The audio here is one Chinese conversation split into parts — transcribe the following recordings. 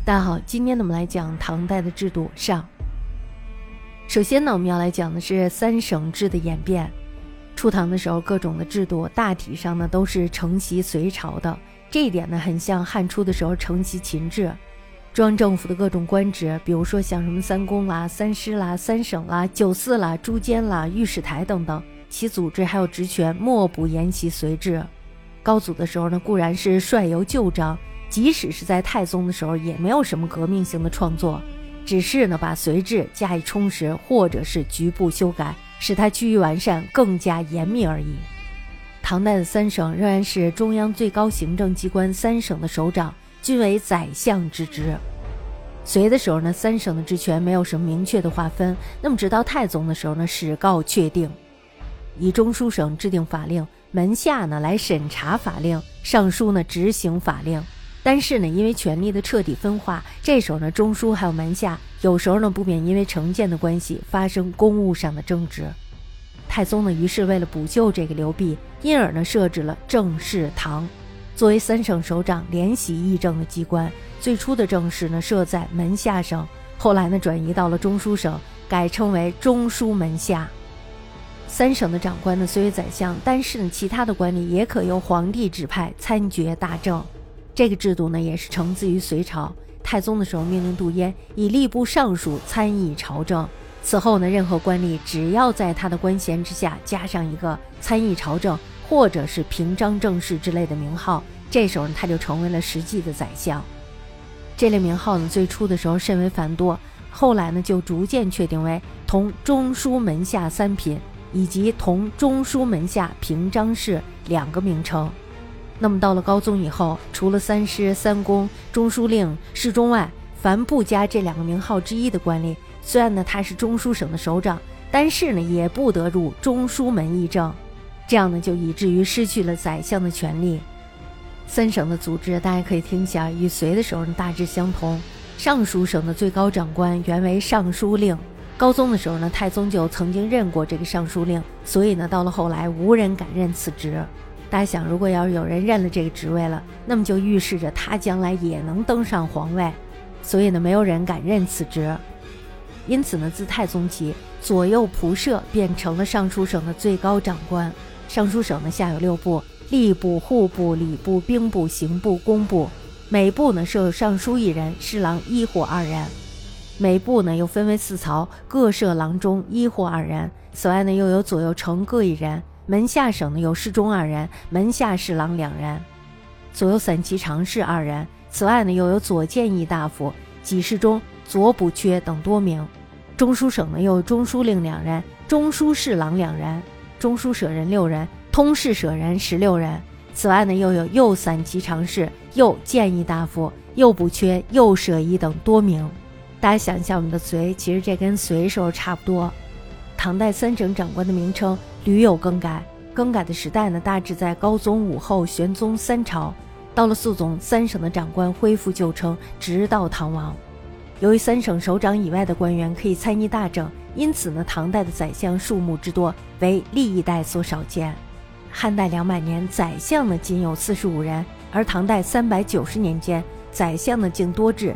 大家好，今天呢我们来讲唐代的制度上。首先呢我们要来讲的是三省制的演变。初唐的时候，各种的制度大体上呢都是承袭隋朝的，这一点呢很像汉初的时候承袭秦制。中央政府的各种官职，比如说像什么三公啦、三师啦、三省啦、九司啦、诸监啦、御史台等等，其组织还有职权莫不沿袭隋制。高祖的时候呢固然是率由旧章，即使是在太宗的时候也没有什么革命性的创作，只是呢把隋制加以充实或者是局部修改，使它趋于完善更加严密而已。唐代的三省仍然是中央最高行政机关三省的首长均为宰相之职。隋的时候呢，三省的职权没有什么明确的划分，那么直到太宗的时候呢，史告确定，以中书省制定法令，门下呢来审查法令，尚书呢执行法令。但是呢因为权力的彻底分化，这时候呢中书还有门下有时候呢不免因为成见的关系发生公务上的争执。太宗呢于是为了补救这个流弊，因而呢设置了政事堂，作为三省首长联席议政的机关。最初的政事呢设在门下省，后来呢转移到了中书省，改称为中书门下。三省的长官呢虽为宰相，但是呢其他的官吏也可由皇帝指派参决大政。这个制度呢也是承自于隋朝。太宗的时候命令杜淹以吏部尚书参议朝政，此后呢任何官吏只要在他的官衔之下加上一个参议朝政或者是平章政事之类的名号，这时候呢他就成为了实际的宰相。这类名号呢最初的时候甚为繁多，后来呢就逐渐确定为同中书门下三品以及同中书门下平章事两个名称。那么到了高宗以后，除了三师、三公、中书令、侍中外，凡不加这两个名号之一的官吏，虽然呢他是中书省的首长，但是呢也不得入中书门议政，这样呢就以至于失去了宰相的权利。三省的组织大家可以听一下，与隋的时候呢大致相同。尚书省的最高长官原为尚书令，高宗的时候呢太宗就曾经任过这个尚书令，所以呢到了后来无人敢任此职。大家想，如果要是有人任了这个职位了，那么就预示着他将来也能登上皇位，所以呢没有人敢任此职。因此呢自太宗起，左右仆射变成了尚书省的最高长官。尚书省呢下有6部，吏部、户部、礼部、兵部、刑部、工部。每部呢设有尚书1人，侍郎1或2人。每部呢又分为4曹，各设郎中1或2人。此外呢又有左右丞各1人。门下省呢有侍中2人，门下侍郎2人，左右散骑常侍2人。此外呢又有左谏议大夫、给事中、左补阙等多名。中书省呢又有中书令2人，中书侍郎2人，中书舍人6人，通事舍人16人。此外呢又有右散骑常侍、右谏议大夫、右补阙、右舍医等多名。大家想一下，我们的隋其实这跟隋时候差不多。唐代三省长官的名称屡有更改，更改的时代呢大致在高宗、武后、玄宗3朝。到了肃宗，三省的长官恢复旧称，直到唐王。由于三省首长以外的官员可以参议大政，因此呢唐代的宰相数目之多为历代所少见。汉代200年宰相呢仅有45人，而唐代390年间宰相呢竟多至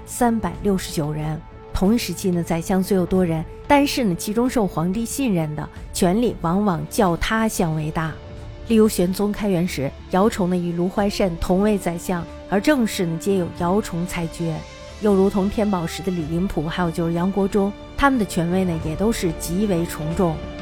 369人。同一时期呢宰相虽有多人，但是呢其中受皇帝信任的权力往往较他相为大。例如玄宗开元时，姚崇呢与卢怀慎同为宰相，而政事呢皆由姚崇裁决。又如同天宝时的李林甫还有就是杨国忠，他们的权威呢也都是极为崇重。